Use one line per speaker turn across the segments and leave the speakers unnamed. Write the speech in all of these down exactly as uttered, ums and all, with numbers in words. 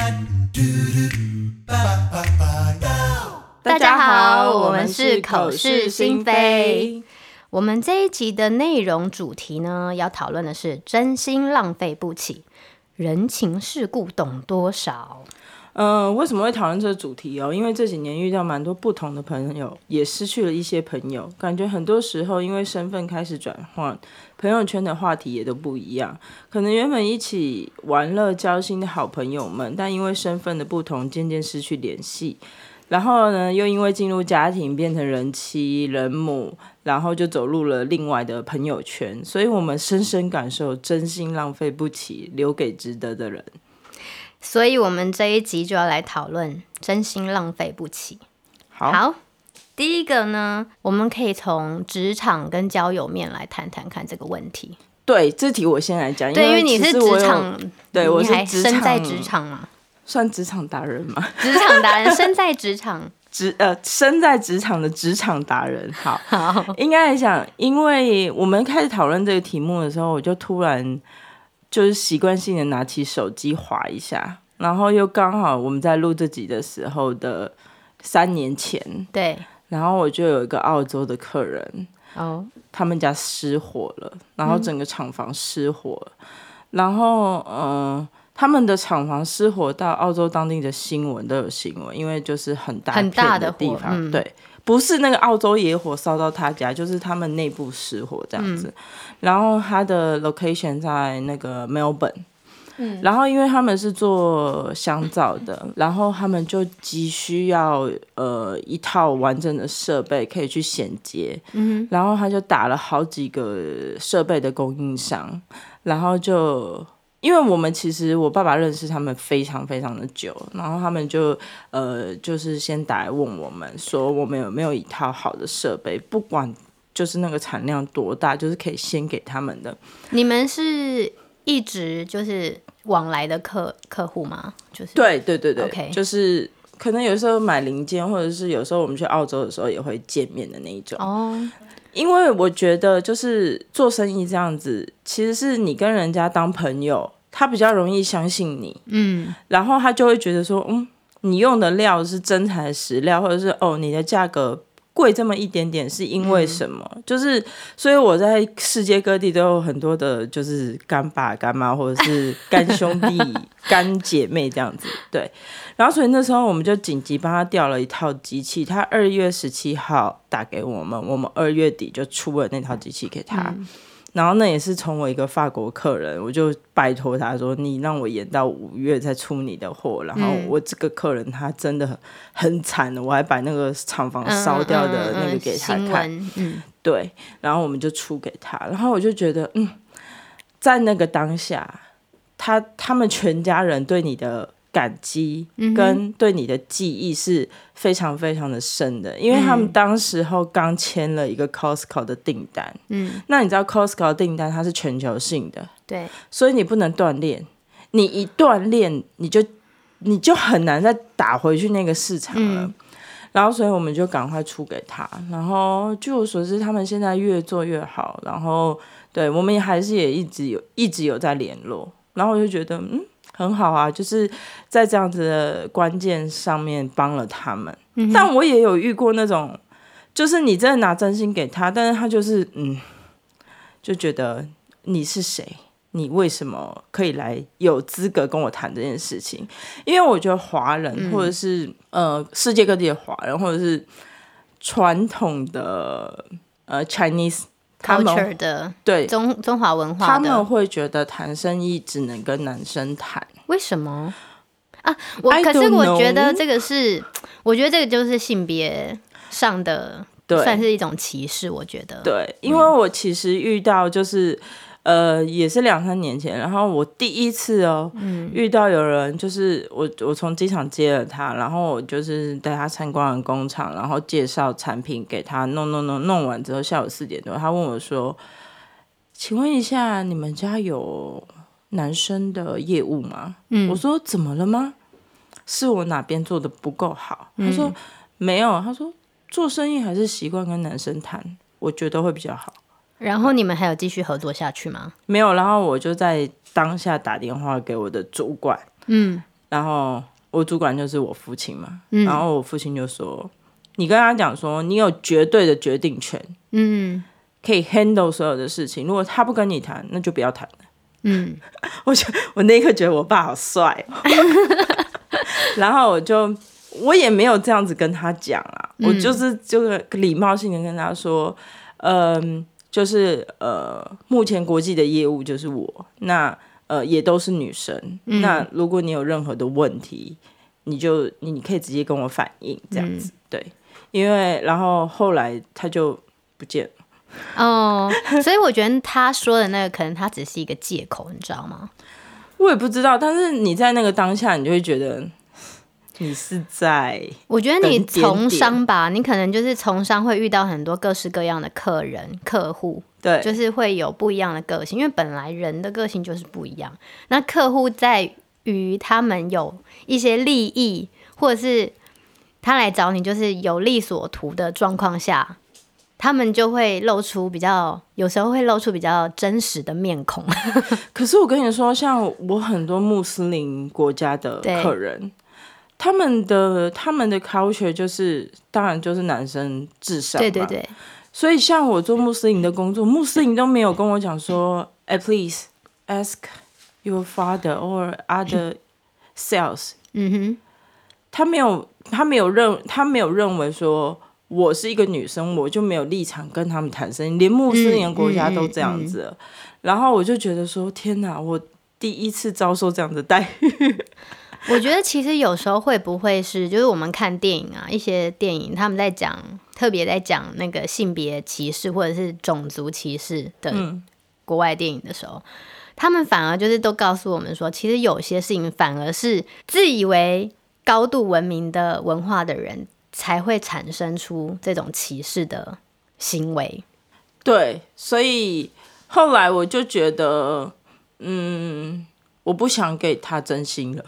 大家好，我们是口是心非。我们这一集的内容主题呢，要讨论的是真心浪费不起，人情世故懂多少。
嗯、呃，为什么会讨论这个主题哦？因为这几年遇到蛮多不同的朋友，也失去了一些朋友，感觉很多时候因为身份开始转换，朋友圈的话题也都不一样。可能原本一起玩乐交心的好朋友们，但因为身份的不同，渐渐失去联系。然后呢，又因为进入家庭变成人妻人母，然后就走入了另外的朋友圈。所以我们深深感受真心浪费不起，留给值得的人。
所以我们这一集就要来讨论真心浪费不起。
好,
好，第一个呢，我们可以从职场跟交友面来谈谈看这个问题。
对，这题我先来讲。
对，因为你是职
场，对，我是职场，
你还身在职场嘛，
算职场达人吗？
职场达人，身在职场
职呃，身在职场的职场达人。好，
好，
应该来讲，因为我们开始讨论这个题目的时候，我就突然就是习惯性的拿起手机滑一下，然后又刚好我们在录这集的时候的三年前，
对，
然后我就有一个澳洲的客人，
哦，
他们家失火了，然后整个厂房失火了，嗯、然后嗯。呃他们的厂房失火到澳洲当地的新闻都有新闻，因为就是很大片的地方，嗯、对，不是那个澳洲野火烧到他家，就是他们内部失火这样子。嗯、然后他的 location 在那个 Melbourne，嗯、然后因为他们是做香皂的，然后他们就急需要呃一套完整的设备可以去衔接，嗯、然后他就打了好几个设备的供应商，然后就。因为我们其实我爸爸认识他们非常非常的久，然后他们就呃就是先打来问我们说我们有没有一套好的设备，不管就是那个产量多大，就是可以先给他们的。
你们是一直就是往来的客客户吗？就是
对对对对，
okay.
就是可能有时候买零件，或者是有时候我们去澳洲的时候也会见面的那一种。哦。因为我觉得就是做生意这样子，其实是你跟人家当朋友，他比较容易相信你，嗯，然后他就会觉得说，嗯，你用的料是真材实料，或者是哦，你的价格贵这么一点点是因为什么？嗯、就是所以我在世界各地都有很多的，就是干爸干妈或者是干兄弟、干姐妹这样子，对。然后所以那时候我们就紧急帮他调了一套机器，他二月十七号打给我们，我们二月底就出了那套机器给他。嗯、然后那也是从我一个法国客人，我就拜托他说，你让我延到五月再出你的货。然后我这个客人他真的很惨的，我还把那个厂房烧掉的那个给他看。嗯嗯嗯、对，然后我们就出给他。然后我就觉得，嗯，在那个当下，他他们全家人对你的感激跟对你的记忆是非常非常的深的，因为他们当时候刚签了一个 Costco 的订单，嗯，那你知道 Costco 的订单它是全球性的，
对，
所以你不能断链，你一断链你就你就很难再打回去那个市场了。嗯、然后所以我们就赶快出给他，然后据我所知他们现在越做越好，然后对我们也还是也一直有一直有在联络，然后我就觉得嗯很好啊，就是在这样子的关键上面帮了他们。嗯、但我也有遇过那种，就是你真的拿真心给他，但是他就是嗯，就觉得你是谁，你为什么可以来有资格跟我谈这件事情？因为我觉得华人、嗯、或者是呃世界各地的华人，或者是传统的呃 Chinese
culture 的，对，中中华文化的，
他们会觉得谈生意只能跟男生谈。
为什么啊？我可是我觉得这个是，我觉得这个就是性别上的，算是一种歧视。我觉得，
对，因为我其实遇到就是。呃，也是两三年前，然后我第一次哦，嗯、遇到有人就是我，我从机场接了他，然后我就是带他参观完工厂，然后介绍产品给他，弄弄弄弄完之后，下午四点多，他问我说：“请问一下，你们家有男生的业务吗？”嗯、我说：“怎么了吗？是我哪边做的不够好？”他说：“没有。”他说：“做生意还是习惯跟男生谈，我觉得会比较好。”
然后你们还有继续合作下去吗？
没有，然后我就在当下打电话给我的主管，嗯， 然后我主管就是我父亲嘛，
嗯、
然后我父亲就说，你跟他讲说你有绝对的决定权，
嗯，
可以 handle 所有的事情，如果他不跟你谈，那就不要谈了。
嗯，
我就我那一刻觉得我爸好帅、哦、然后我就我也没有这样子跟他讲啊、嗯、我就是就是礼貌性的跟他说，嗯，就是呃，目前国际的业务就是我，那呃也都是女生、嗯，那如果你有任何的问题，你就你可以直接跟我反映这样子、嗯，对，因为然后后来他就不见了。
哦，所以我觉得他说的那个可能他只是一个借口，你知道吗？
我也不知道，但是你在那个当下，你就会觉得你是在……
我觉得你从商吧，你可能就是从商会遇到很多各式各样的客人、客户，
对，
就是会有不一样的个性，因为本来人的个性就是不一样。那客户在于他们有一些利益，或者是他来找你就是有利所图的状况下。他们就会露出比较，有时候会露出比较真实的面孔。
可是我跟你说，像我很多穆斯林国家的客人，他们的他们的 culture 就是，当然就是男生至上嘛。对对对。所以像我做穆斯林的工作，穆斯林都没有跟我讲说，哎、欸、，please ask your father or other sales。嗯哼。他没有，他没有认，他没有认为说。我是一个女生，我就没有立场跟他们谈生意，连穆斯林国家都这样子了、嗯嗯嗯、然后我就觉得说天哪，我第一次遭受这样的待遇。
我觉得其实有时候会不会是就是我们看电影啊，一些电影他们在讲特别在讲那个性别歧视或者是种族歧视的国外电影的时候、嗯、他们反而就是都告诉我们说，其实有些事情反而是自以为高度文明的文化的人才会产生出这种歧视的行为。
对，所以后来我就觉得嗯，我不想给他真心了。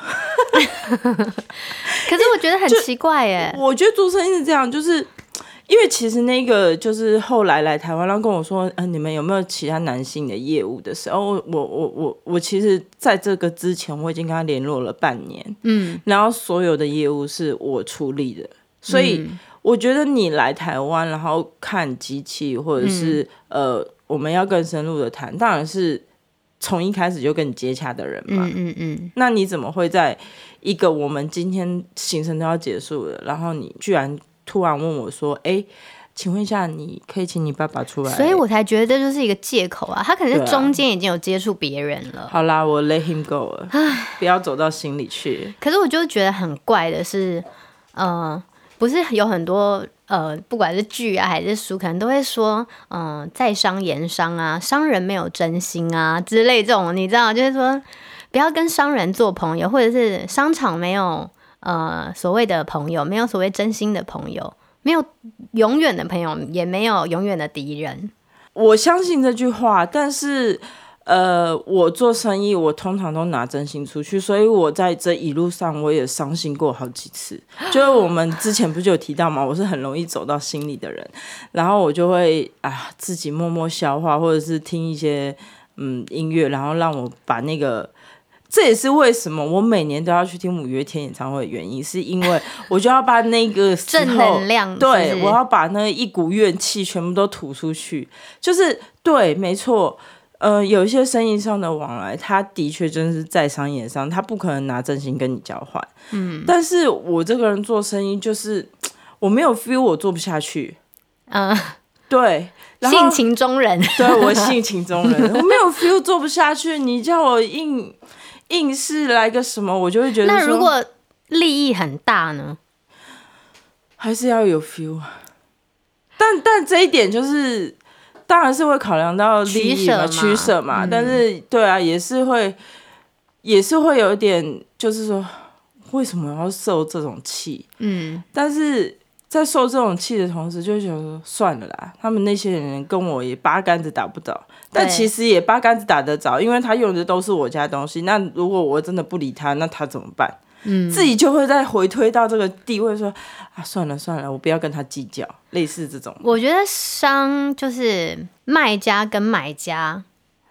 可是我觉得很奇怪耶，
我觉得做生意是这样，就是因为其实那个就是后来来台湾然后跟我说、呃、你们有没有其他男性的业务的时候，我我我我其实在这个之前我已经跟他联络了半年，嗯，然后所有的业务是我处理的，所以我觉得你来台湾然后看机器或者是、嗯、呃我们要更深入的谈，当然是从一开始就跟你接洽的人嘛，嗯嗯嗯，那你怎么会在一个我们今天行程都要结束了，然后你居然突然问我说哎，请问一下你可以请你爸爸出来？
所以我才觉得这就是一个借口啊，他可能是中间已经有接触别人了、啊、
好啦，我 let him go 了，不要走到心里去。
可是我就觉得很怪的是呃不是有很多呃，不管是剧啊还是书，可能都会说，嗯、呃，在商言商啊，商人没有真心啊之类这种，你知道，就是说不要跟商人做朋友，或者是商场没有呃所谓的朋友，没有所谓真心的朋友，没有永远的朋友，也没有永远的敌人。
我相信这句话，但是。呃，我做生意，我通常都拿真心出去，所以我在这一路上我也伤心过好几次。就是我们之前不就有提到吗？我是很容易走到心里的人，然后我就会啊自己默默消化，或者是听一些嗯音乐，然后让我把那个。这也是为什么我每年都要去听五月天演唱会的原因，是因为我就要把那个时候
正能量，
对，我要把那一股怨气全部都吐出去。就是对，没错。呃，有一些生意上的往来，他的确真是在商言商，他不可能拿真心跟你交换。嗯，但是我这个人做生意，就是我没有 feel， 我做不下去。嗯，对，
性情中人，
对我性情中人，我没有 feel， 做不下去。你叫我硬硬是来个什么，我就会觉得说，
那如果利益很大呢？
还是要有 feel。但但这一点就是。当然是会考量到利益嘛，取舍嘛、嗯，但是对啊，也是会，也是会有一点，就是说，为什么要受这种气？嗯，但是在受这种气的同时，就会觉得说算了啦，他们那些人跟我也八竿子打不着，但其实也八竿子打得着，因为他用的都是我家东西。那如果我真的不理他，那他怎么办？嗯，自己就会再回推到这个地位说啊，算了算了，我不要跟他计较，类似这种。
我觉得商就是卖家跟买家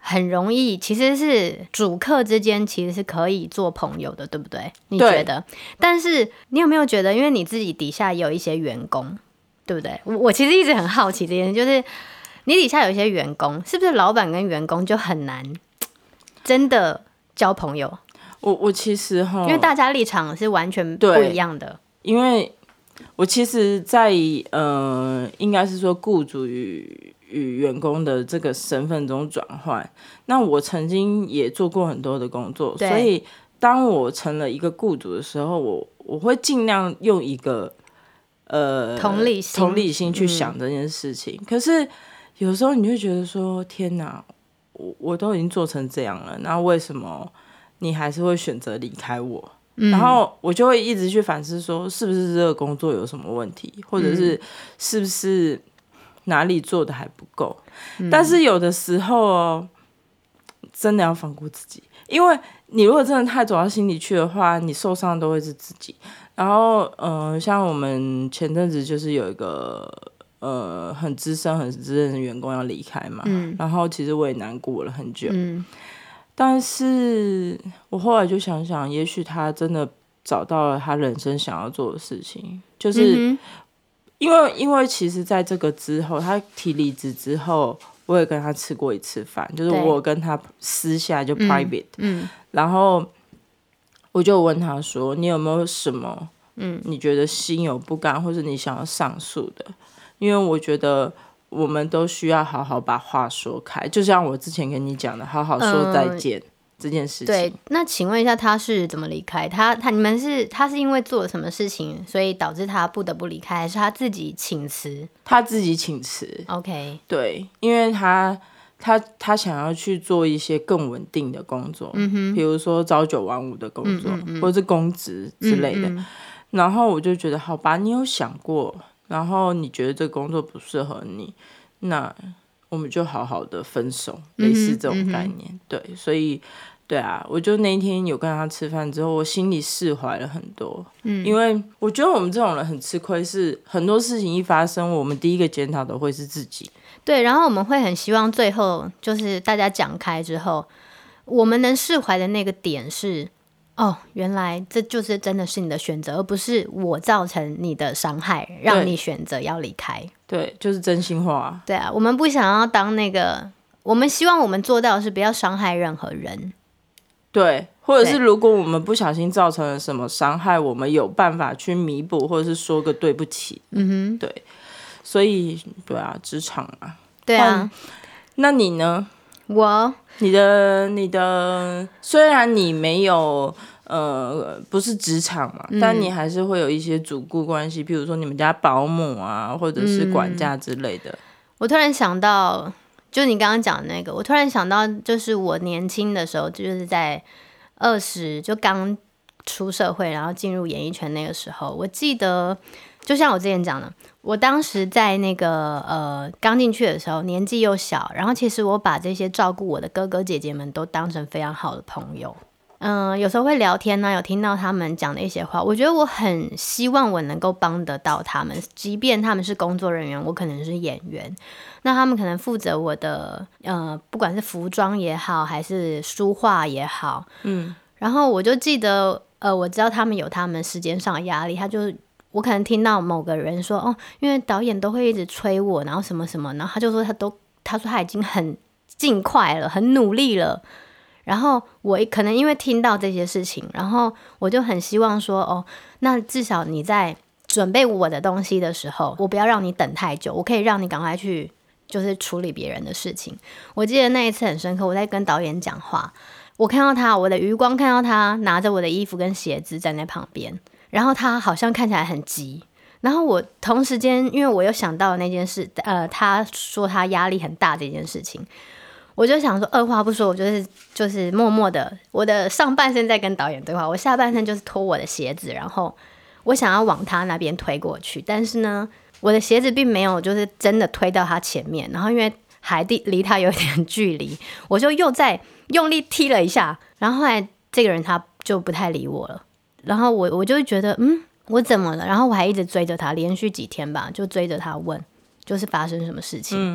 很容易，其实是主客之间其实是可以做朋友的，对不对？你觉得？但是你有没有觉得，因为你自己底下也有一些员工，对不对？我我其实一直很好奇这件事，就是你底下有一些员工，是不是老板跟员工就很难真的交朋友？
我我其实哈，
因为大家立场是完全不一样的。
因为我其实在，在呃，应该是说雇主与与员工的这个身份中转换。那我曾经也做过很多的工作，所以当我成了一个雇主的时候，我我会尽量用一个呃
同理心
同理心去想这件事情。嗯、可是有时候你会觉得说，天哪，我我都已经做成这样了，那为什么你还是会选择离开我？嗯、然后我就会一直去反思说，是不是这个工作有什么问题，或者是是不是哪里做的还不够？嗯、但是有的时候哦，真的要放过自己，因为你如果真的太走到心里去的话，你受伤都会是自己。然后，呃，像我们前阵子就是有一个呃很资深、很资深的员工要离开嘛，嗯、然后其实我也难过了很久。嗯但是我后来就想想，也许他真的找到了他人生想要做的事情，就是因为因为其实在这个之后，他提离职之后，我也跟他吃过一次饭，就是我跟他私下就 private，嗯嗯、然后我就问他说，你有没有什么你觉得心有不甘，或者你想要上诉的？因为我觉得我们都需要好好把话说开，就像我之前跟你讲的，好好说再见、嗯、这件事情。
对，那请问一下，他是怎么离开？他他你们是他是因为做了什么事情，所以导致他不得不离开，还是他自己请辞？
他自己请辞。
OK，
对，因为他他他想要去做一些更稳定的工作，嗯哼，比如说朝九晚五的工作，嗯嗯嗯或者是公职之类的。嗯嗯然后我就觉得，好吧，你有想过。然后你觉得这个工作不适合你，那我们就好好的分手，类似这种概念。嗯、对，所以对啊，我就那一天有跟他吃饭之后，我心里释怀了很多。嗯，因为我觉得我们这种人很吃亏，是很多事情一发生，我们第一个检讨的会是自己。
对，然后我们会很希望最后就是大家讲开之后，我们能释怀的那个点是。哦，原来这就是真的是你的选择，而不是我造成你的伤害，让你选择要离开。
对，就是真心话。
对啊，我们不想要当那个，我们希望我们做到的是不要伤害任何人。
对，或者是如果我们不小心造成了什么伤害，我们有办法去弥补，或者是说个对不起。嗯哼，对，所以对啊，职场啊，
对啊，
那你呢？
我，
你的你的，虽然你没有呃不是职场嘛、嗯，但你还是会有一些主顾关系，比如说你们家保姆啊，或者是管家之类的。嗯、
我突然想到，就你刚刚讲的那个，我突然想到，就是我年轻的时候，就是在二十就刚出社会，然后进入演艺圈那个时候，我记得，就像我之前讲的。我当时在那个呃刚进去的时候，年纪又小，然后其实我把这些照顾我的哥哥姐姐们都当成非常好的朋友。嗯、呃，有时候会聊天呢、啊，有听到他们讲的一些话，我觉得我很希望我能够帮得到他们，即便他们是工作人员，我可能是演员，那他们可能负责我的呃，不管是服装也好，还是书画也好，嗯，然后我就记得呃，我知道他们有他们时间上的压力，他就。我可能听到某个人说哦，因为导演都会一直催我，然后什么什么，然后他就说他都他说他已经很尽快了，很努力了。然后我可能因为听到这些事情，然后我就很希望说哦，那至少你在准备我的东西的时候，我不要让你等太久，我可以让你赶快去就是处理别人的事情。我记得那一次很深刻，我在跟导演讲话，我看到他，我的余光看到他拿着我的衣服跟鞋子站在旁边。然后他好像看起来很急，然后我同时间，因为我又想到那件事，呃，他说他压力很大这件事情，我就想说，二话不说，我就是就是默默的，我的上半身在跟导演对话，我下半身就是脱我的鞋子，然后我想要往他那边推过去，但是呢，我的鞋子并没有就是真的推到他前面，然后因为还离他有点距离，我就又再用力踢了一下，然后后来这个人他就不太理我了。然后我我就觉得嗯我怎么了，然后我还一直追着他，连续几天吧就追着他问就是发生什么事情、嗯、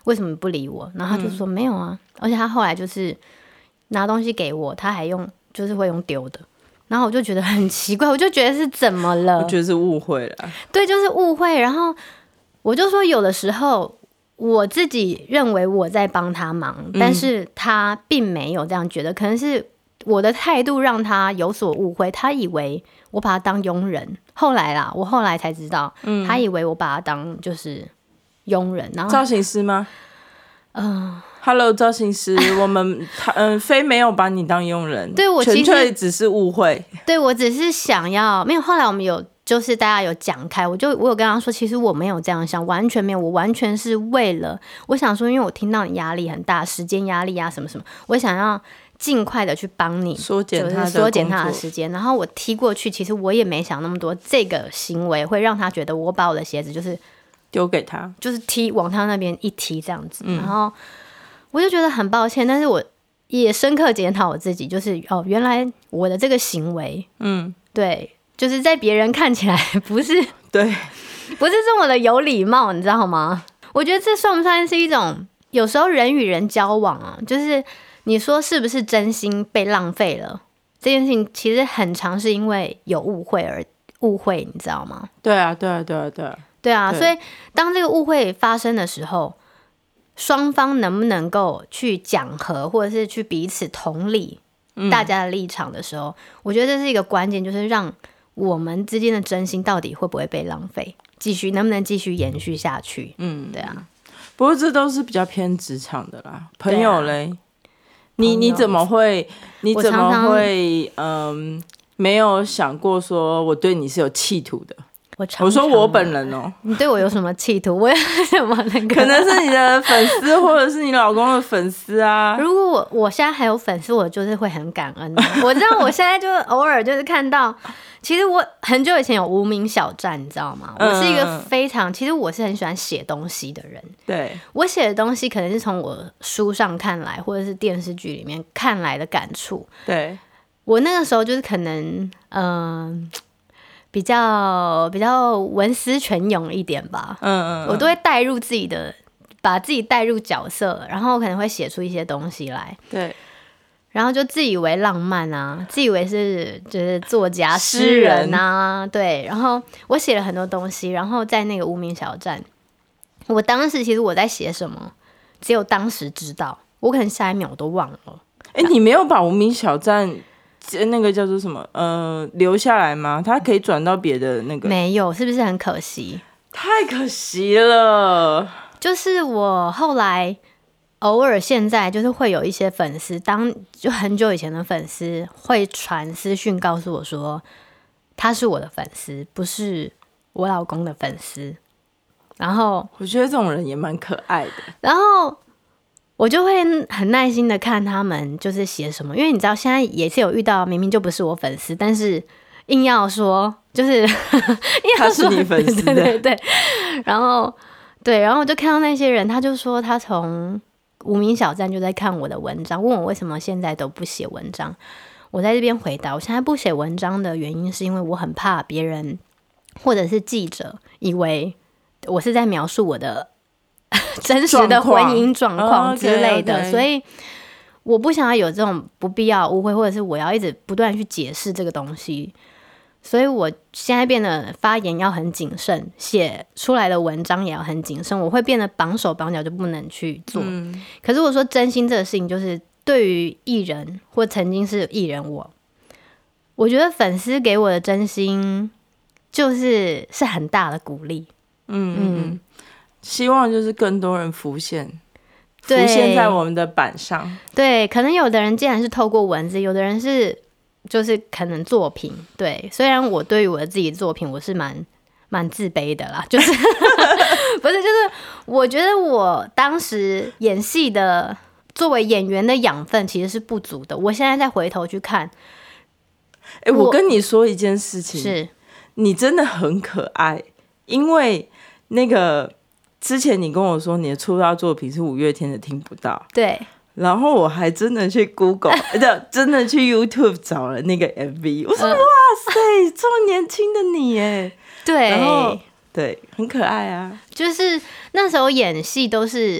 为什么不理我？然后他就说、嗯、没有啊，而且他后来就是拿东西给我，他还用就是会用丢的，然后我就觉得很奇怪，我就觉得是怎么了？
我觉得是误会了。
对，就是误会。然后我就说有的时候我自己认为我在帮他忙、嗯、但是他并没有这样觉得，可能是我的态度让他有所误会，他以为我把他当佣人。后来啦，我后来才知道、嗯、他以为我把他当就是佣人。然后
造型师吗？嗯、呃、，Hello， 造型师，我们嗯、呃、非没有把你当佣人，
对，我其实
纯粹只是误会。
对，我只是想要没有。后来我们有就是大家有讲开，我就我有跟他说，其实我没有这样想，完全没有，我完全是为了我想说，因为我听到你压力很大，时间压力啊什么什么，我想要尽快的去帮你
缩减他的
缩减他的时间。然后我踢过去，其实我也没想那么多，这个行为会让他觉得我把我的鞋子就是
丢给他，
就是踢往他那边一踢这样子、嗯、然后我就觉得很抱歉，但是我也深刻检讨我自己，就是哦，原来我的这个行为，嗯，对，就是在别人看起来不是
对，
不是这么的有礼貌，你知道吗？我觉得这算不算是一种有时候人与人交往啊，就是你说是不是真心被浪费了？这件事情其实很常是因为有误会而误会，你知道吗？
对啊，对啊，对啊，对啊，
对啊，所以当这个误会发生的时候，双方能不能够去讲和，或者是去彼此同理大家的立场的时候、嗯、我觉得这是一个关键，就是让我们之间的真心到底会不会被浪费，继续能不能继续延续下去。嗯，对啊。
不过这都是比较偏职场的啦，朋友嘞、啊、你你怎么会你怎么会嗯没有想过说我对你是有企图的？
我, 常常
我说我本人哦、喔，
你对我有什么企图？我有什么那个？
可能是你的粉丝，或者是你老公的粉丝啊。
如果我我现在还有粉丝，我就是会很感恩的。我知道我现在就偶尔就是看到，其实我很久以前有无名小站，你知道吗？我是一个非常，其实我是很喜欢写东西的人。
对，我
写的东西可能是从我书上看来，或者是电视剧里面看来的感触。
对，
我那个时候就是可能，嗯、呃。比较比较文思泉涌一点吧，嗯嗯嗯，我都会带入自己的，把自己带入角色，然后可能会写出一些东西来，
对，
然后就自以为浪漫啊，自以为是就是作家诗人啊，对，然后我写了很多东西，然后在那个无名小站，我当时其实我在写什么，只有当时知道，我可能下一秒我都忘了。
哎、欸，你没有把无名小站那个叫做什么呃留下来吗？它可以转到别的那个？
没有，是不是很可惜？
太可惜了。
就是我后来偶尔现在就是会有一些粉丝，当就很久以前的粉丝会传私讯告诉我说他是我的粉丝，不是我老公的粉丝。然后
我觉得这种人也蛮可爱的。
然后我就会很耐心的看他们就是写什么，因为你知道现在也是有遇到明明就不是我粉丝，但是硬要说就是硬
要说他是你粉丝的，
对对对，然后对，然后我就看到那些人，他就说他从无名小站就在看我的文章，问我为什么现在都不写文章。我在这边回答，我现在不写文章的原因是因为我很怕别人或者是记者以为我是在描述我的真实的婚姻状况之类的， oh, okay, okay. 所以我不想要有这种不必要的误会，或者是我要一直不断去解释这个东西，所以我现在变得发言要很谨慎，写出来的文章也要很谨慎，我会变得绑手绑脚就不能去做、嗯、可是我说真心这个事情，就是对于艺人或曾经是艺人我我觉得粉丝给我的真心就是是很大的鼓励。
嗯嗯，希望就是更多人浮现浮现在我们的板上。
对，可能有的人既然是透过文字，有的人是就是可能作品。对，虽然我对于我的自己的作品我是蛮蛮自卑的啦，就是不是就是我觉得我当时演戏的作为演员的养分其实是不足的。我现在再回头去看，
哎、欸，我跟你说一件事情，
是
你真的很可爱，因为那个之前你跟我说你的出道作品是五月天的听不到，
对，
然后我还真的去 Google 真的去 YouTube 找了那个 M V， 我说、呃、哇塞，这么年轻的你耶，
对，
然后对，很可爱啊。
就是那时候演戏都是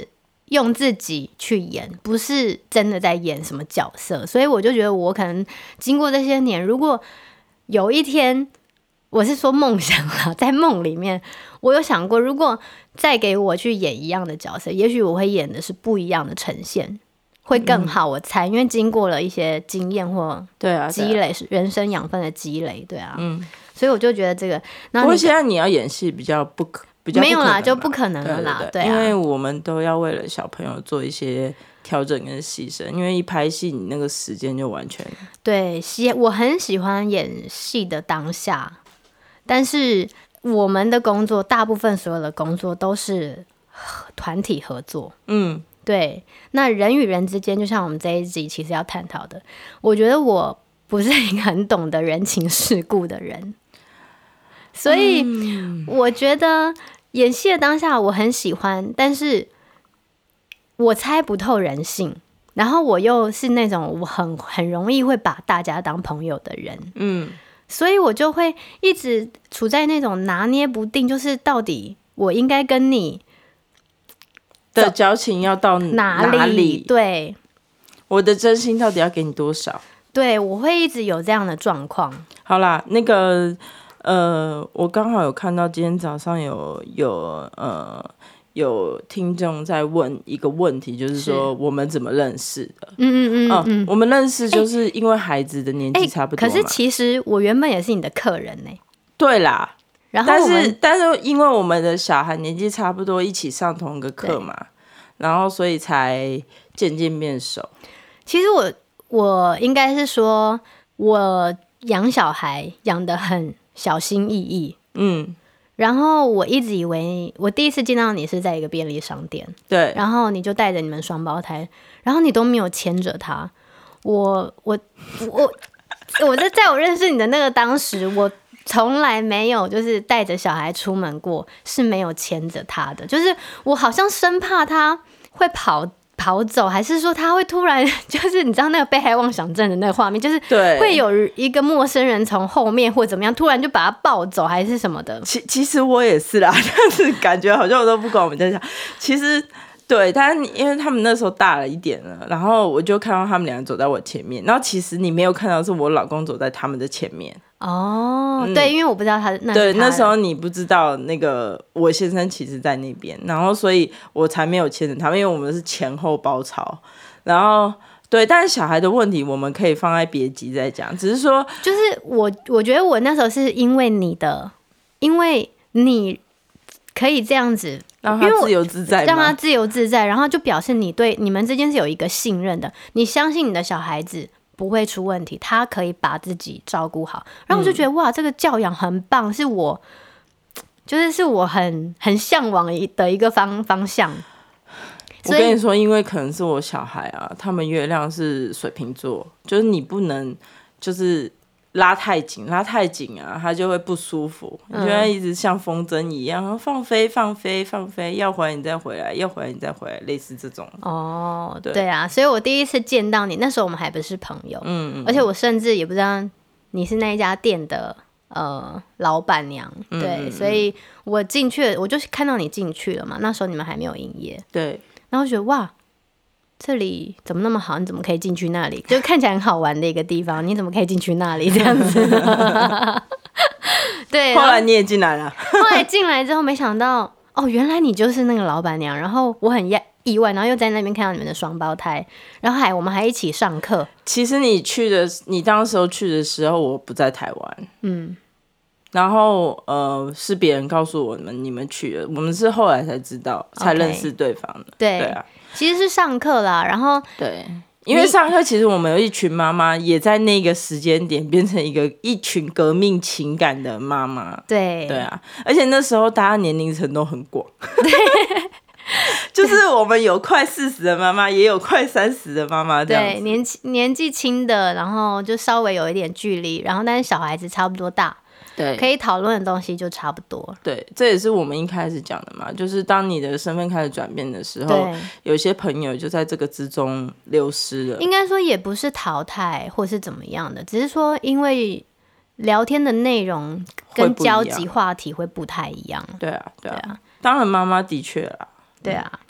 用自己去演，不是真的在演什么角色。所以我就觉得我可能经过这些年，如果有一天，我是说梦想啦，在梦里面我有想过，如果再给我去演一样的角色，也许我会演的是不一样的呈现，会更好。我猜，因为经过了一些经验或积累，人生养分的积累，对啊，嗯，所以我就觉得这个。
不过现在你要演戏比较不可，比较不可能，
没有啦，就不可能了啦， 对, 对, 对, 对啊，
因为我们都要为了小朋友做一些调整跟牺牲，因为一拍戏你那个时间就完全
对。我很喜欢演戏的当下，但是我们的工作大部分所有的工作都是团体合作，嗯，对。那人与人之间，就像我们这一集其实要探讨的，我觉得我不是一个很懂得人情世故的人，所以我觉得演戏的当下我很喜欢，但是我猜不透人性，然后我又是那种我很很容易会把大家当朋友的人，嗯，所以我就会一直处在那种拿捏不定，就是到底我应该跟你
的交情要到哪 里, 哪里
对，
我的真心到底要给你多少，
对，我会一直有这样的状况。
好啦，那个呃，我刚好有看到今天早上有有呃有听众在问一个问题，就是说我们怎么认识的？嗯嗯嗯嗯，我们认识就是因为孩子的年纪差不多嘛、
欸、可是其实我原本也是你的客人呢、欸。
对啦，
然后
但是但是因为我们的小孩年纪差不多，一起上同一个课嘛，然后所以才渐渐变熟。
其实我我应该是说，我养小孩养得很小心翼翼，嗯，然后我一直以为我第一次见到你是在一个便利商店，
对，
然后你就带着你们双胞胎，然后你都没有牵着他，我我我我在在我认识你的那个当时，我从来没有就是带着小孩出门过，是没有牵着他的，就是我好像生怕他会跑跑走，还是说他会突然就是你知道那个被害妄想症的那个画面，就是会有一个陌生人从后面或怎么样突然就把他抱走还是什么的。
其其实我也是啦，但是感觉好像我都不管我们在想，其实对，但是因为他们那时候大了一点了，然后我就看到他们两个走在我前面，然后其实你没有看到是我老公走在他们的前面。
哦、嗯，对，因为我不知道他那
对那时候你不知道那个我先生其实在那边，然后所以我才没有牵着他们，因为我们是前后包抄，然后对，但是小孩的问题我们可以放在别集再讲，只是说
就是我我觉得我那时候是因为你的，因为你可以这样子
让他自由自在，
让他自由自在，然后就表示你对你们之间是有一个信任的，你相信你的小孩子不会出问题，他可以把自己照顾好，然后我就觉得、嗯、哇，这个教养很棒，是我就是是我很很向往的一个方方向。
我跟你说，因为可能是我小孩啊，他们月亮是水瓶座，就是你不能就是拉太紧，拉太紧啊，他就会不舒服，你就会一直像风筝一样放飞放飞放飞，要回来你再回来，要回来你再回来，类似这种。哦，对
对啊，所以我第一次见到你，那时候我们还不是朋友，嗯嗯，而且我甚至也不知道你是那一家店的呃老板娘，对，嗯嗯嗯，所以我进去，我就看到你进去了嘛，那时候你们还没有营业，
对，
然后觉得哇，这里怎么那么好？你怎么可以进去那里？就看起来很好玩的一个地方，你怎么可以进去那里这样子？对，
后来你也进来了。
后来进来之后，没想到哦，原来你就是那个老板娘。然后我很意外，然后又在那边看到你们的双胞胎，然后还我们还一起上课。
其实你去的，你当时候去的时候，我不在台湾。嗯。然后呃，是别人告诉我们你们去了，我们是后来才知道，才认识对方的。
Okay, 对, 对啊，其实是上课啦，然后
对，因为上课其实我们有一群妈妈也在那个时间点变成一个一群革命情感的妈妈。
对
对啊，而且那时候大家年龄层都很广。对。就是我们有快四十的妈妈，也有快三十的妈妈，这样子。
对，年年纪轻的，然后就稍微有一点距离，然后但是小孩子差不多大。
对，
可以讨论的东西就差不多。
对，这也是我们一开始讲的嘛，就是当你的身份开始转变的时候，有些朋友就在这个之中流失了。
应该说也不是淘汰或是怎么样的，只是说因为聊天的内容跟交集话题会不太一样。
对啊，对啊，对啊，当然妈妈的确啦。
对啊，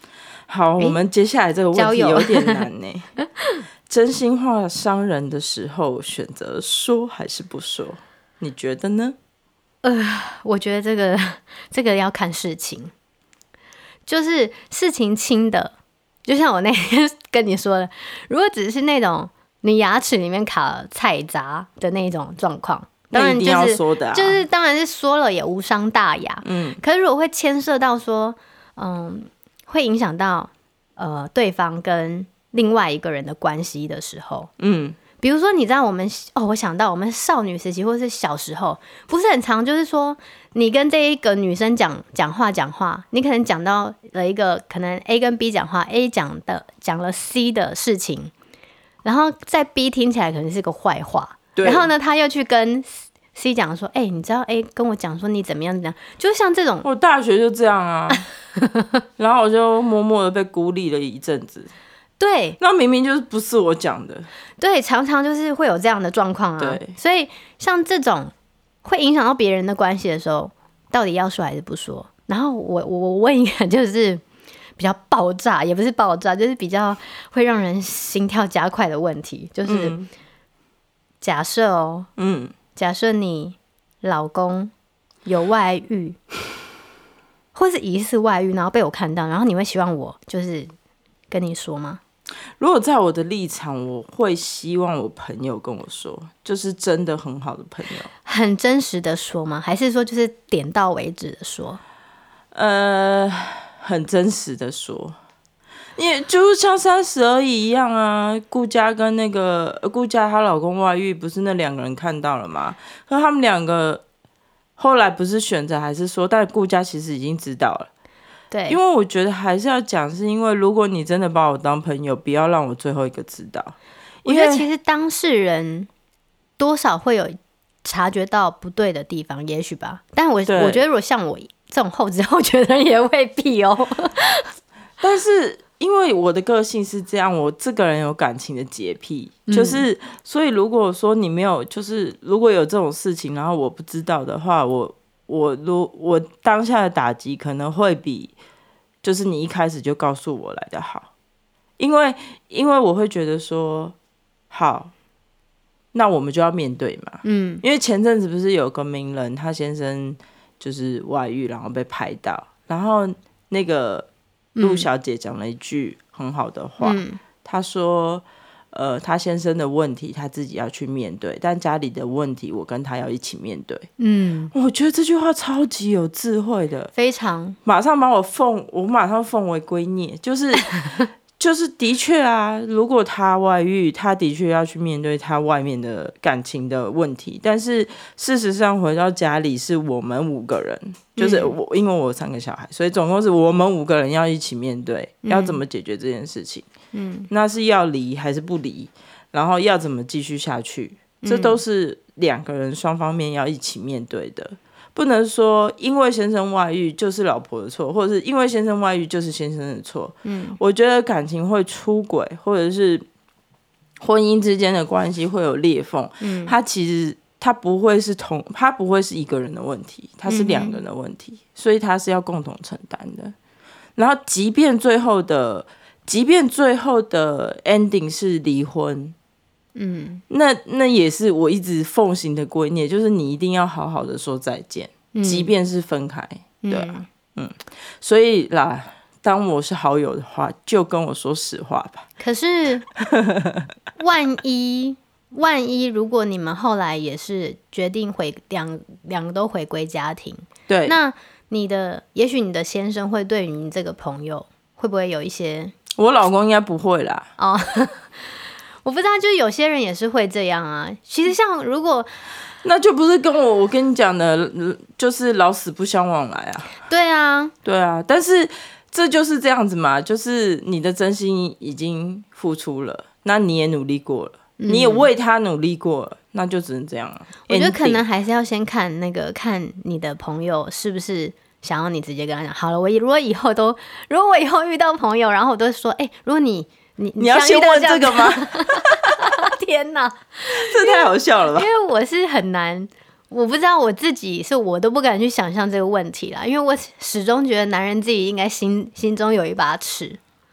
好，我们接下来这个问题有点难呢。真心话伤人的时候，选择说还是不说？你觉得呢？
呃，我觉得这个这个要看事情，就是事情轻的，就像我那天跟你说的，如果只是那种你牙齿里面卡了菜渣的那种状况，当然就是、
那一定要说的啊、
就是当然是说了也无伤大雅。嗯，可是如果会牵涉到说，嗯，会影响到呃对方跟另外一个人的关系的时候，嗯，比如说你知道我们哦，我想到我们少女时期或是小时候，不是很常就是说你跟这一个女生讲讲话讲话，你可能讲到了一个可能 A 跟 B 讲话 ，A 讲的讲了 C 的事情，然后在 B 听起来可能是个坏话，然后呢他又去跟 C 讲说，哎、欸，你知道 A 跟我讲说你怎么样怎么样，就像这种，
我大学就这样啊，然后我就默默的被孤立了一阵子。
对，
那明明就是不是我讲的。
对，常常就是会有这样的状况啊。对，所以像这种会影响到别人的关系的时候，到底要说还是不说？然后我我我问一个，就是比较爆炸，也不是爆炸，就是比较会让人心跳加快的问题，就是、嗯、假设哦，嗯，假设你老公有外遇，或是疑似外遇，然后被我看到，然后你会希望我就是跟你说吗？
如果在我的立场，我会希望我朋友跟我说，就是真的很好的朋友，
很真实的说吗？还是说就是点到为止的说？
呃，很真实的说，也就是像三十而已一样啊。顾佳跟那个顾佳她老公外遇，不是那两个人看到了吗？可他们两个后来不是选择还是说，但顾佳其实已经知道了。对，因为我觉得还是要讲，是因为如果你真的把我当朋友，不要让我最后一个知道。
我觉得其实当事人多少会有察觉到不对的地方，也许吧。但我我觉得如果像我这种后知后觉的人也未必哦。
但是因为我的个性是这样，我这个人有感情的洁癖，就是、嗯、所以如果说你没有，就是如果有这种事情，然后我不知道的话，我。我如我当下的打击可能会比就是你一开始就告诉我来的好，因为因为我会觉得说好，那我们就要面对嘛，嗯，因为前阵子不是有个名人他先生就是外遇，然后被拍到，然后那个陆小姐讲了一句很好的话，嗯、她说。呃，他先生的问题他自己要去面对，但家里的问题我跟他要一起面对。嗯，我觉得这句话超级有智慧的，
非常
马上把我奉，我马上奉为圭臬，就是就是的确啊，如果他外遇，他的确要去面对他外面的感情的问题，但是事实上回到家里是我们五个人，就是我、嗯、因为我有三个小孩，所以总共是我们五个人要一起面对，嗯、要怎么解决这件事情。嗯，那是要离还是不离？然后要怎么继续下去？这都是两个人双方面要一起面对的，不能说因为先生外遇就是老婆的错，或者是因为先生外遇就是先生的错。嗯，我觉得感情会出轨，或者是婚姻之间的关系会有裂缝，嗯，它其实它不会是同，它不会是一个人的问题，它是两个人的问题，嗯、所以它是要共同承担的。然后，即便最后的。即便最后的 ending 是离婚，嗯，那那也是我一直奉行的圭臬，就是你一定要好好的说再见，嗯、即便是分开，对啊，嗯，嗯，所以啦，当我是好友的话，就跟我说实话吧。
可是，万一万一如果你们后来也是决定回两两个都回归家庭，
对，
那你的也许你的先生会对于你这个朋友会不会有一些？
我老公应该不会啦。
哦，我不知道，就是有些人也是会这样啊。其实像如果，
那就不是跟我我跟你讲的，就是老死不相往来啊。
对啊，
对啊，但是这就是这样子嘛，就是你的真心已经付出了，那你也努力过了，嗯、你也为他努力过了，那就只能这样了。
我觉得可能还是要先看那个，看你的朋友是不是。想要你直接跟他讲好了，我如果以后都，如果我以后遇到朋友，然后我都说，哎、欸，如果你你
你要先问这个吗？
天哪，
这太好笑了吧！
因为我是很难，我不知道我自己是我都不敢去想象这个问题啦，因为我始终觉得男人自己应该心心中有一把尺。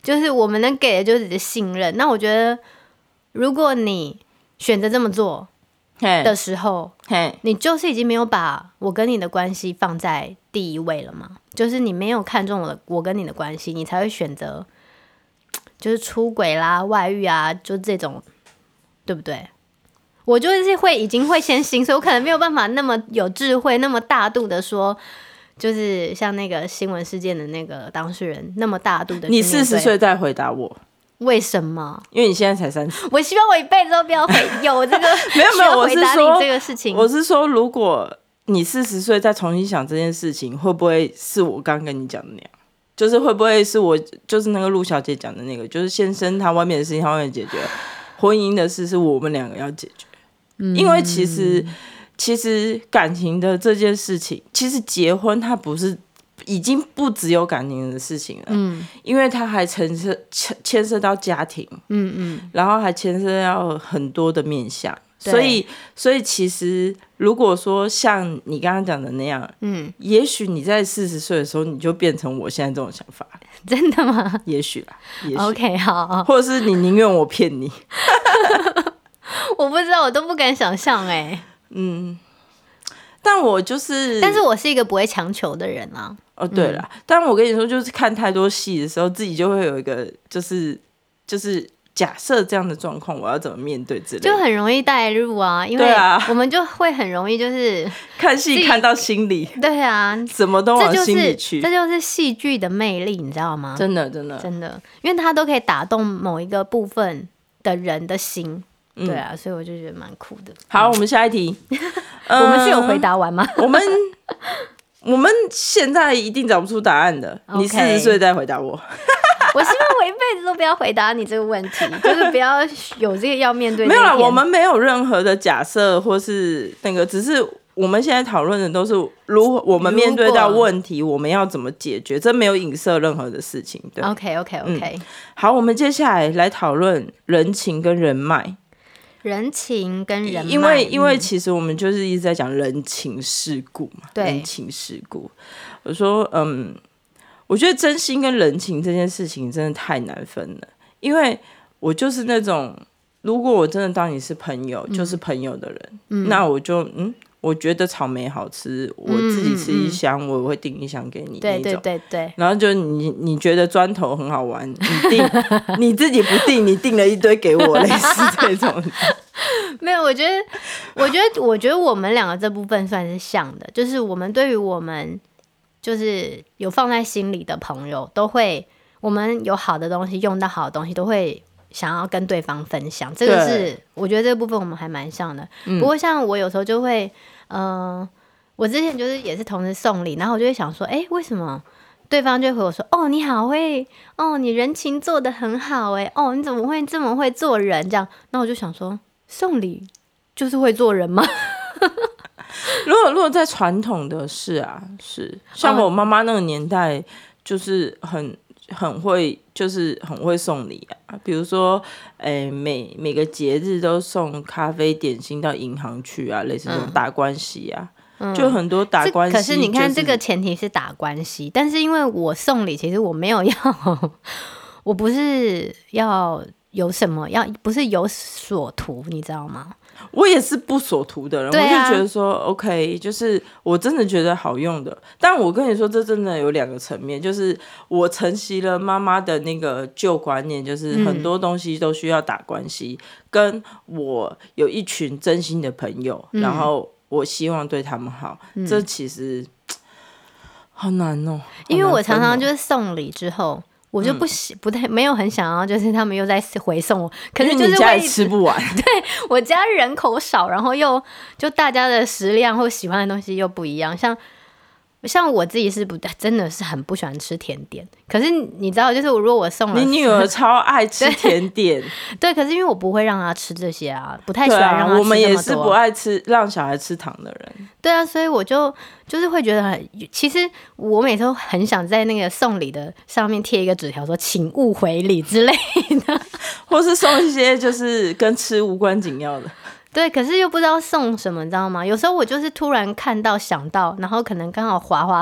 就是我们能给的就只是信任。那我觉得，如果你选择这么做的时候，你就是已经没有把我跟你的关系放在第一位了嘛？就是你没有看中我的我跟你的关系，你才会选择就是出轨啦、外遇啊，就这种，对不对？我就是会已经会先心，所以我可能没有办法那么有智慧、那么大度的说，就是像那个新闻事件的那个当事人那么大度的。
你四十岁再回答我。
为什么？
因为你现在才三十。
我希望我一辈子都不要回有这个
没有没有，我是说
这个事情。
我是说，如果你四十岁再重新想这件事情，会不会是我刚跟你讲的那样？就是会不会是我就是那个陆小姐讲的那个，就是先生他外面的事情他外面解决，婚姻的事是我们两个要解决。嗯、因为其实其实感情的这件事情，其实结婚它不是。已经不只有感情的事情了，嗯，因为它还牵涉牵涉到家庭，嗯嗯，然后还牵涉到很多的面向，所以所以其实如果说像你刚刚讲的那样，嗯，也许你在四十岁的时候你就变成我现在这种想法，
真的吗？
也许啦，也许
OK 好，
或者是你宁愿我骗你，
我不知道，我都不敢想象哎、欸，嗯。
但我就是，
但是我是一个不会强求的人啊。
哦，对了，嗯、但我跟你说，就是看太多戏的时候，自己就会有一个，就是就是假设这样的状况，我要怎么面对之类的，
就很容易带入啊。因为我们就会很容易就是
看戏看到心里，
对啊，
什么都往心里去，
这就是戏剧的魅力，你知道吗？
真的，真的，
真的，因为它都可以打动某一个部分的人的心。对啊、嗯，所以我就觉得蛮酷的。
好，我们下一题。
呃、我们是有回答完吗？
我们我们现在一定找不出答案的。Okay. 你四十岁再回答我。
我希望我一辈子都不要回答你这个问题，就是不要有这个要面对。
没有啦，我们没有任何的假设或是那个，只是我们现在讨论的都是如何我们面对到问题，我们要怎么解决，这没有影射任何的事情。对
，OK OK OK、嗯。
好，我们接下来来讨论人情跟人脉。
人情跟人脉，
因为因为其实我们就是一直在讲人情世故嘛，
对，
人情世故。我说，嗯，我觉得真心跟人情这件事情真的太难分了，因为我就是那种，如果我真的当你是朋友，嗯、就是朋友的人，嗯、那我就嗯。我觉得草莓好吃，我自己吃一箱，嗯嗯、我会订一箱给你那种。
对对对对。
然后就你你觉得砖头很好玩，你订你自己不订，你订了一堆给我，类似这种。
没有，我觉得，我觉得，我觉得我们两个这部分算是像的，就是我们对于我们就是有放在心里的朋友，都会我们有好的东西，用到好的东西，都会想要跟对方分享。这个是我觉得这个部分我们还蛮像的。嗯、不过像我有时候就会。嗯、呃，我之前就是也是同时送礼，然后我就会想说，哎、欸，为什么对方就会回我说，哦，你好会，哦，你人情做得很好，哎，哦，你怎么会这么会做人？这样，那我就想说，送礼就是会做人吗？
如果如果在传统的是啊，是像我妈妈那个年代，就是很很会，就是很会送礼啊。比如说，欸、每每个节日都送咖啡点心到银行去啊，类似这种打关系啊，嗯、就很多打关系、就是。
可是你看，这个前提是打关系，但是因为我送礼，其实我没有要，我不是要有什么，要不是有所图，你知道吗？
我也是不所图的人，啊、我就觉得说 OK， 就是我真的觉得好用的。但我跟你说，这真的有两个层面，就是我承袭了妈妈的那个旧观念，就是很多东西都需要打关系，嗯、跟我有一群真心的朋友，嗯、然后我希望对他们好，嗯、这其实好难哦。
因为我常常就是送礼之后。我就不喜、嗯、不太没有很想要，就是他们又在回送我，可是就是
你家也吃不完。
对，我家人口少，然后又就大家的食量或喜欢的东西又不一样，像像我自己是不真的是很不喜欢吃甜点，可是你知道，就是如果我送了
你女儿超爱吃甜点，
对，对，可是因为我不会让她吃这些啊，不太喜欢让她吃那么多。
我们也是不爱吃让小孩吃糖的人。
对啊，所以我就就是会觉得很，其实我每次都很想在那个送礼的上面贴一个纸条，说请勿回礼之类的，
或是送一些就是跟吃无关紧要的。
对，可是又不知道送什么，你知道吗？有时候我就是突然看到想到，然后可能刚好滑滑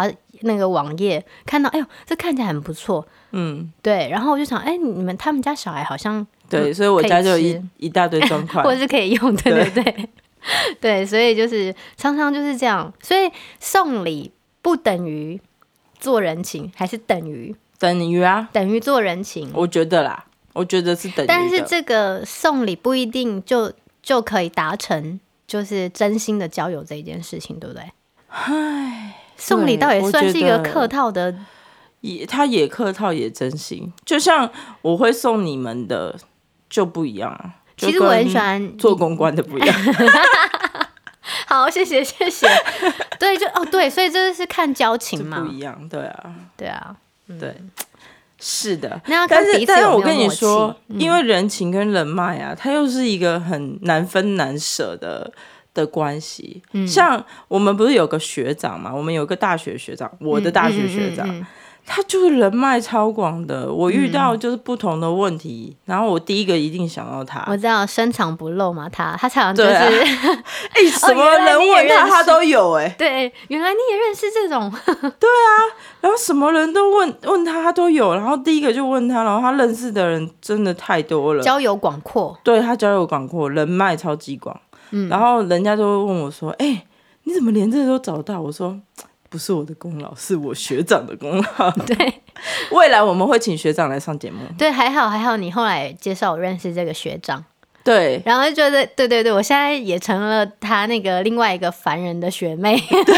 那个网页看到，哎呦，这看起来很不错，
嗯，
对，然后我就想，哎，你们他们家小孩好像
对，所以我家就有一一大堆砖块，
或者是可以用，对对对对，对，所以就是常常就是这样，所以送礼不等于做人情，还是等于
等于啊，
等于做人情，
我觉得啦，我觉得是等于的，
但是这个送礼不一定就就可以达成就是真心的交友这一件事情，对不对？唉，送礼倒也算是一个客套的，
也他也客套也真心，就像我会送你们的就不一样啊。
其实我很喜欢
做公关的不一样。
好，谢谢谢谢。对，就哦对，所以这是看交情嘛，
不一样，对啊，
对啊，
嗯、对，是的。
那要看彼此有没有默契。
但是，但是我跟你说，嗯、因为人情跟人脉啊，它又是一个很难分难舍的。的关系、嗯，像我们不是有个学长嘛？我们有个大学学长，我的大学学长，嗯嗯嗯嗯、他就是人脉超广的。我遇到就是不同的问题，嗯、然后我第一个一定想到他。
我知道深藏不露嘛，他他常常就是，哎、
啊欸，什么人问他，他都有哎、欸。
对，原来你也认识这种。
对啊，然后什么人都问问他，他都有。然后第一个就问他，然后他认识的人真的太多了，
交友广阔。
对，他交友广阔，人脉超级广。嗯、然后人家就会问我说：“哎、欸，你怎么连这个都找到？”我说：“不是我的功劳，是我学长的功劳。”
对，
未来我们会请学长来上节目。
对，还好还好，你后来介绍我认识这个学长。
对，
然后就觉得对对对，我现在也成了他那个另外一个烦人的学妹。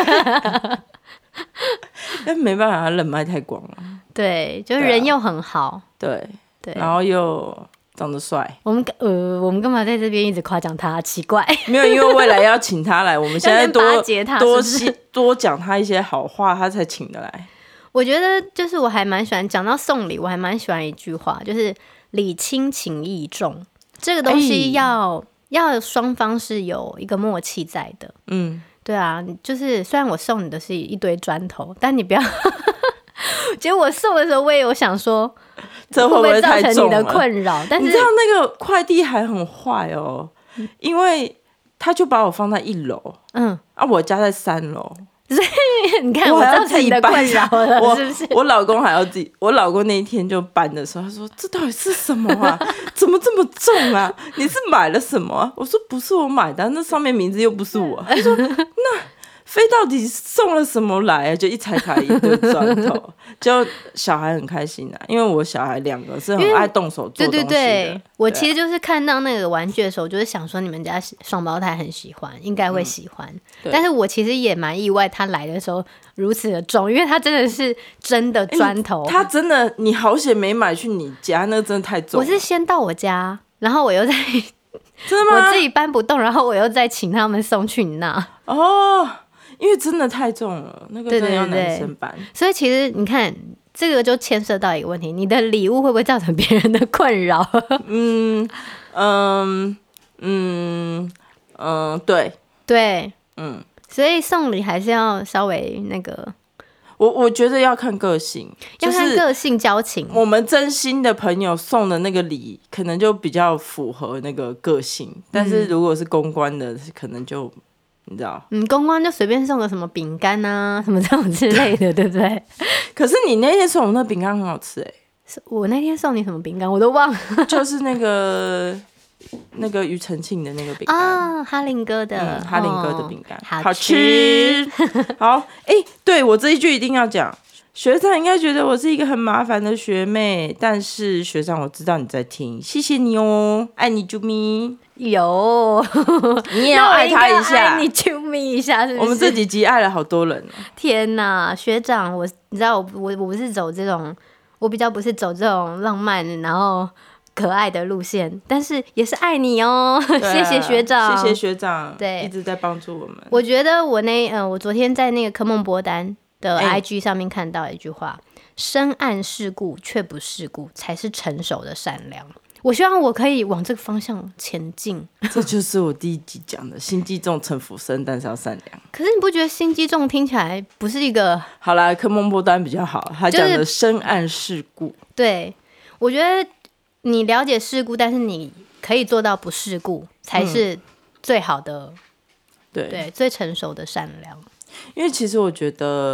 但没办法，他人脉太广了。
对，就是人又很好。
对
对，
然后又。长得帅，
我们呃，我们干嘛在这边一直夸奖他？奇怪，
没有，因为未来要请他来，我们现在多
他
多
是是
多讲他一些好话，他才请得来。
我觉得就是我还蛮喜欢讲到送礼，我还蛮喜欢一句话，就是礼轻情意重，这个东西要、欸、要双方是有一个默契在的。嗯，对啊，就是虽然我送你的是一堆砖头，但你不要。结果我送的时候，我也有想说，
这会不会太重了？
会不会造成你的困扰？但是
你知道那个快递还很坏哦，嗯、因为他就把我放在一楼，嗯，啊，我家在三楼，
所以你看我造成你的困扰了，是不是？
我老公还要自己，我老公那一天就搬的时候，他说：“这到底是什么啊？怎么这么重啊？你是买了什么、啊？”我说：“不是我买的，那上面名字又不是我。”他说：“那。”飞到底送了什么来啊？就一拆开一堆砖头，就小孩很开心啊，因为我小孩两个是很爱动手做东西的。对对对，
我其实就是看到那个玩具的时候，就是想说你们家双胞胎很喜欢，应该会喜欢。嗯、但是我其实也蛮意外，他来的时候如此的重，因为他真的是真的砖头、欸。
他真的，你好险没买去你家，那真的太重了。
我是先到我家，然后我又在。
真的吗？
我自己搬不动，然后我又再请他们送去你那。
哦。因为真的太重了，那个真的要男生搬。
对对对，所以其实你看，这个就牵涉到一个问题：你的礼物会不会造成别人的困扰？
嗯嗯嗯嗯，对
对，嗯，所以送礼还是要稍微那个。
我我觉得要看个性，
要看个性交情。
我们真心的朋友送的那个礼，可能就比较符合那个个性；嗯、但是如果是公关的，可能就。你知道，
嗯，公关就随便送个什么饼干啊，什么这种之类的，对不对？
可是你那天送我那饼干很好吃哎、
欸，我那天送你什么饼干我都忘了，
就是那个那个庾澄庆的那个饼干
啊，哈林哥的、
嗯、哈林哥的饼干、
哦，
好吃。好，哎、欸，对我这一句一定要讲。学长应该觉得我是一个很麻烦的学妹，但是学长我知道你在听，谢谢你哦，爱你啾咪。
有，
你也要爱他一下，
爱你啾咪一下是不是？
我们这几集爱了好多人、哦、
天哪，学长，我你知道我我我不是走这种，我比较不是走这种浪漫然后可爱的路线，但是也是爱你哦，谢谢学长，
谢谢学长，
对，
一直在帮助我们。
我觉得我那呃，我昨天在那个科梦波丹的 I G 上面看到一句话：深谙世故却不世故，才是成熟的善良。我希望我可以往这个方向前进。
这就是我第一集讲的，心机重，城府深，但是要善良。
可是你不觉得心机重听起来不是一个？
好啦，科梦波丹比较好，他讲的深谙世故、就是。
对，我觉得你了解世故，但是你可以做到不世故，才是最好的。嗯、对对，最成熟的善良。
因为其实我觉得，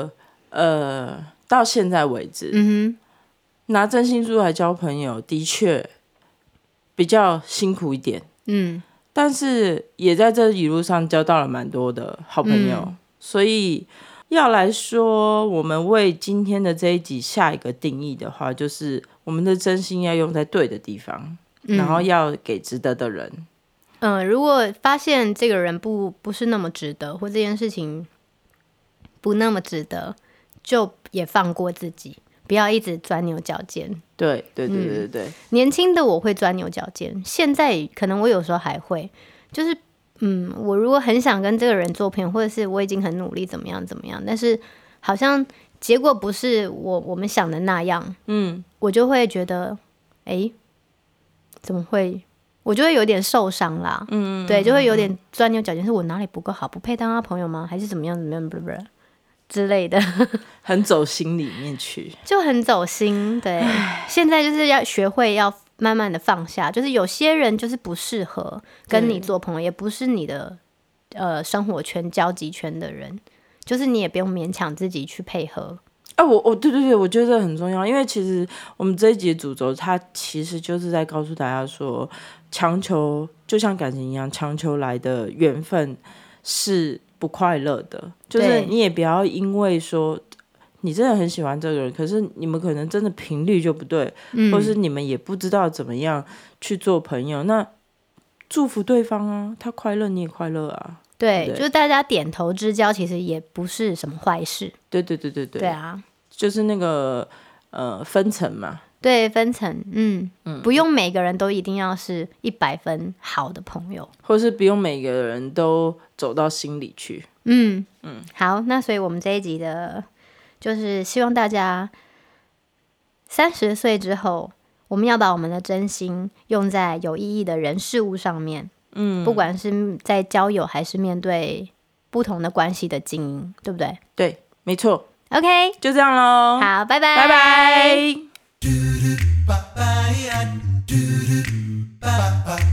呃，到现在为止，
嗯哼，
拿真心书来交朋友，的确比较辛苦一点。嗯，但是也在这一路上交到了蛮多的好朋友，嗯、所以要来说，我们为今天的这一集下一个定义的话，就是我们的真心要用在对的地方，嗯、然后要给值得的人。
嗯，如果发现这个人不不是那么值得，或这件事情不那么值得，就也放过自己，不要一直钻牛角尖。
对对对对对、嗯、
年轻的我会钻牛角尖，现在可能我有时候还会，就是嗯，我如果很想跟这个人做朋友，或者是我已经很努力怎么样怎么样，但是好像结果不是我我们想的那样，嗯，我就会觉得，哎，怎么会？我就会有点受伤啦，嗯，对，就会有点钻牛角尖，是我哪里不够好，不配当他朋友吗？还是怎么样怎么样，不不之类的，
很走心里面去，
就很走心。对，现在就是要学会要慢慢的放下，就是有些人就是不适合跟你做朋友，也不是你的呃生活圈、交际圈的人，就是你也不用勉强自己去配合。
啊，我我对对对，我觉得这很重要，因为其实我们这一集的主轴，它其实就是在告诉大家说，强求就像感情一样，强求来的缘分是不快乐的，就是你也不要因为说你真的很喜欢这个人，可是你们可能真的频率就不对，嗯、或是你们也不知道怎么样去做朋友，那祝福对方啊，他快乐你也快乐啊。
对，对就是大家点头之交，其实也不是什么坏事。
对对对对对，
对啊，
就是那个呃分层嘛。
对，分层，嗯嗯，不用每个人都一定要是一百分好的朋友，
或是不用每个人都走到心里去。
嗯嗯，好，那所以我们这一集的，就是希望大家三十岁之后，我们要把我们的真心用在有意义的人事物上面。嗯，不管是在交友还是面对不同的关系的经营，对不对？
对，没错。
OK，
就这样咯。
好，拜拜，
拜拜。